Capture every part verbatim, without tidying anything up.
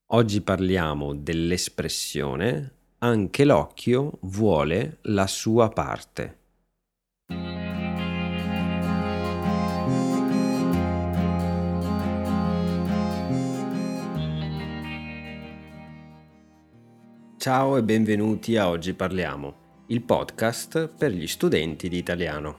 Oggi parliamo dell'espressione "anche l'occhio vuole la sua parte". Ciao e benvenuti a Oggi parliamo, il podcast per gli studenti di italiano.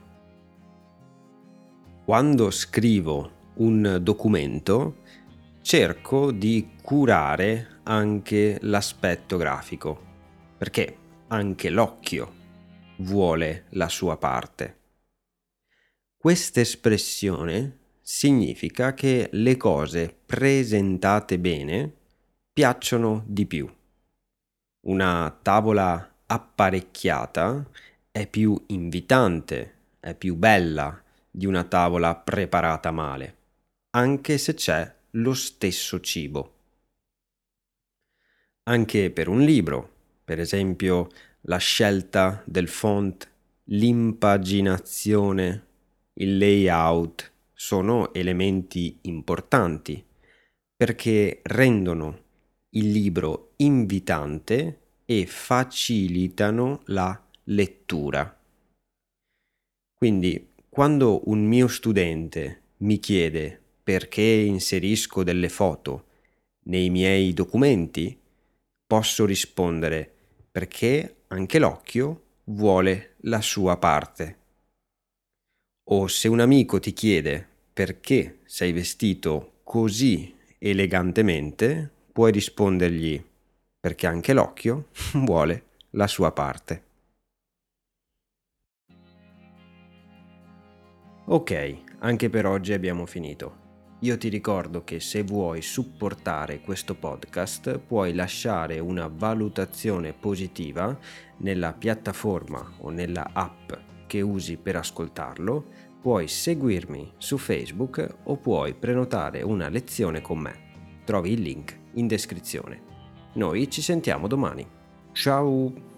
Quando scrivo un documento, cerco di curare anche l'aspetto grafico, perché anche l'occhio vuole la sua parte. Questa espressione significa che le cose presentate bene piacciono di più. Una tavola apparecchiata è più invitante, è più bella di una tavola preparata male, anche se c'è lo stesso cibo. Anche per un libro, per esempio, la scelta del font, l'impaginazione, il layout sono elementi importanti perché rendono il libro invitante e facilitano la lettura. Quindi, quando un mio studente mi chiede perché inserisco delle foto nei miei documenti, posso rispondere perché anche l'occhio vuole la sua parte. O se un amico ti chiede perché sei vestito così elegantemente, puoi rispondergli perché anche l'occhio vuole la sua parte. Ok, anche per oggi abbiamo finito. Io ti ricordo che se vuoi supportare questo podcast puoi lasciare una valutazione positiva nella piattaforma o nella app che usi per ascoltarlo, puoi seguirmi su Facebook o puoi prenotare una lezione con me. Trovi il link in descrizione. Noi ci sentiamo domani. Ciao!